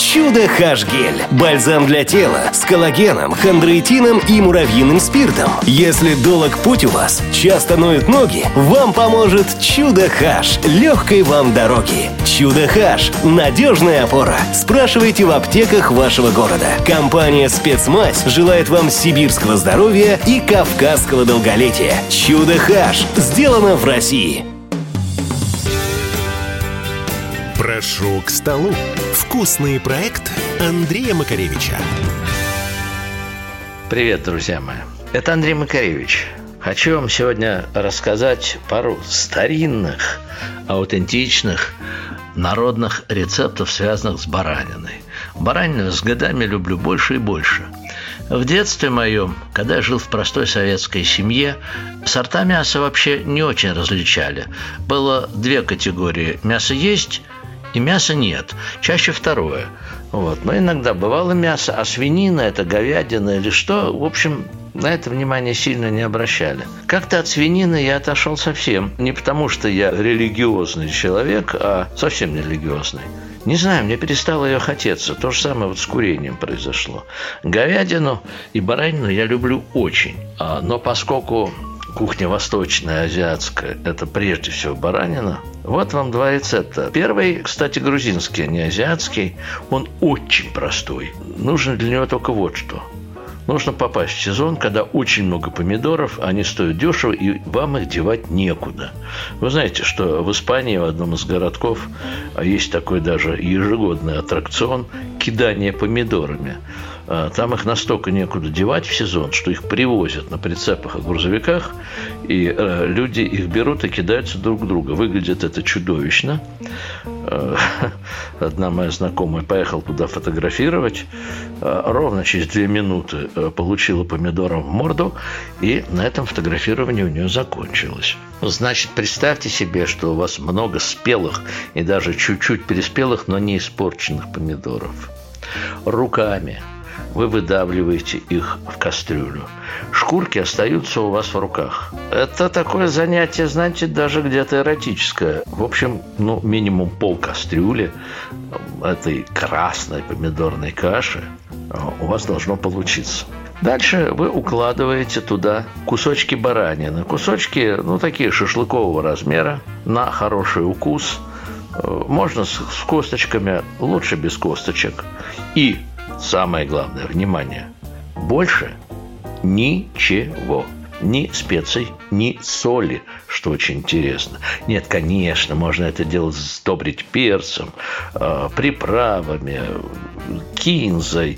Чудо-Хаш-гель. Бальзам для тела с коллагеном, хондроитином и муравьиным спиртом. Если долг путь у вас, часто ноют ноги, вам поможет Чудо-Хаш. Легкой вам дороги. Чудо-Хаш. Надежная опора. Спрашивайте в аптеках вашего города. Компания «Спецмазь» желает вам сибирского здоровья и кавказского долголетия. Чудо-Хаш. Сделано в России. Прошу к столу. Вкусный проект Андрея Макаревича. Привет, друзья мои. Это Андрей Макаревич. Хочу вам сегодня рассказать пару старинных, аутентичных, народных рецептов, связанных с бараниной. Баранину с годами люблю больше и больше. В детстве моем, когда я жил в простой советской семье, сорта мяса вообще не очень различали. Было две категории: мясо есть и мяса нет. Чаще второе. Но иногда бывало мясо, а свинина, это говядина или что, в общем, на это внимание сильно не обращали. Как-то от свинины я отошел совсем. Не потому, что я религиозный человек, а совсем не религиозный. Не знаю, мне перестало ее хотеться. То же самое с курением произошло. Говядину и баранину я люблю очень. Но поскольку кухня восточная, азиатская – это прежде всего баранина. Вот вам два рецепта. Первый, кстати, грузинский, а не азиатский. Он очень простой. Нужно для него только вот что. Нужно попасть в сезон, когда очень много помидоров, они стоят дешево, и вам их девать некуда. Вы знаете, что в Испании, в одном из городков, есть такой даже ежегодный аттракцион – кидание помидорами. Там их настолько некуда девать в сезон, что их привозят на прицепах и грузовиках, и люди их берут и кидаются друг в друга. Выглядит это чудовищно. Одна моя знакомая поехала туда фотографировать. Ровно через 2 минуты получила помидором в морду, и на этом фотографирование у нее закончилось. Значит, представьте себе, что у вас много спелых и даже чуть-чуть переспелых, но не испорченных помидоров. Руками вы выдавливаете их в кастрюлю. Шкурки остаются у вас в руках. Это такое занятие, знаете, даже где-то эротическое. В общем, минимум полкастрюли этой красной помидорной каши у вас должно получиться. Дальше вы укладываете туда кусочки баранины. Кусочки, такие шашлыкового размера, на хороший укус. Можно с косточками, лучше без косточек. И самое главное, внимание, больше ничего. Ни специй, ни соли, что очень интересно. Нет, конечно, можно это дело сдобрить перцем, приправами, кинзой,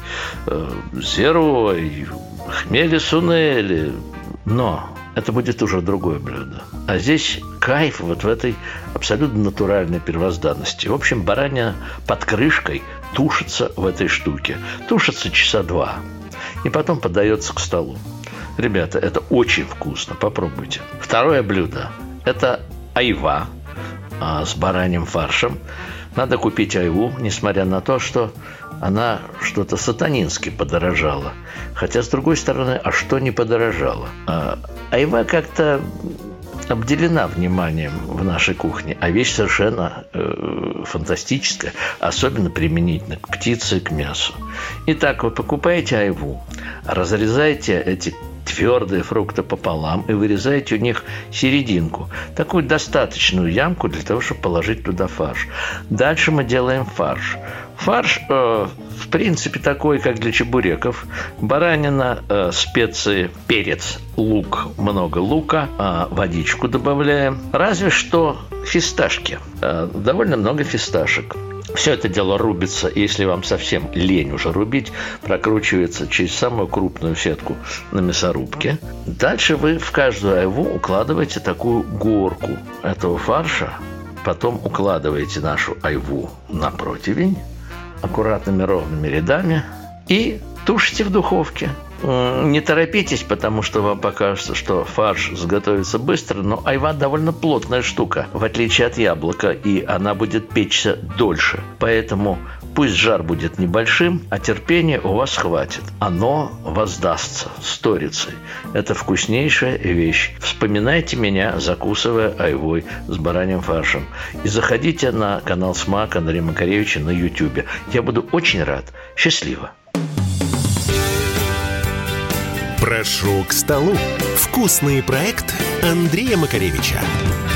зирой, хмели-сунели. Но это будет уже другое блюдо. А здесь кайф вот в этой абсолютно натуральной первозданности. В общем, баранина под крышкой тушится в этой штуке. Тушится часа 2. И потом подается к столу. Ребята, это очень вкусно. Попробуйте. Второе блюдо – это айва с бараньим фаршем. Надо купить айву, несмотря на то, что она что-то сатанински подорожала. Хотя, с другой стороны, а что не подорожало? Айва как-то обделена вниманием в нашей кухне, а вещь совершенно фантастическая, особенно применительно к птице и к мясу. Итак, вы покупаете айву, разрезаете эти твердые фрукты пополам и вырезаете у них серединку, такую достаточную ямку для того, чтобы положить туда фарш. Дальше мы делаем фарш. Фарш, в принципе, такой, как для чебуреков. Баранина, специи, перец, лук, много лука, водичку добавляем. Разве что фисташки. Довольно много фисташек. Все это дело рубится, если вам совсем лень уже рубить, прокручивается через самую крупную сетку на мясорубке. Дальше вы в каждую айву укладываете такую горку этого фарша. Потом укладываете нашу айву на противень аккуратными ровными рядами и тушите в духовке. Не торопитесь, потому что вам покажется, что фарш сготовится быстро, но айва довольно плотная штука, в отличие от яблока, и она будет печься дольше. Поэтому Пусть жар будет небольшим, а терпения у вас хватит. Оно воздастся сторицей. Это вкуснейшая вещь. Вспоминайте меня, закусывая айвой с бараньим фаршем. И заходите на канал «Смак» Андрея Макаревича на YouTube. Я буду очень рад. Счастливо. Прошу к столу. Вкусный проект Андрея Макаревича.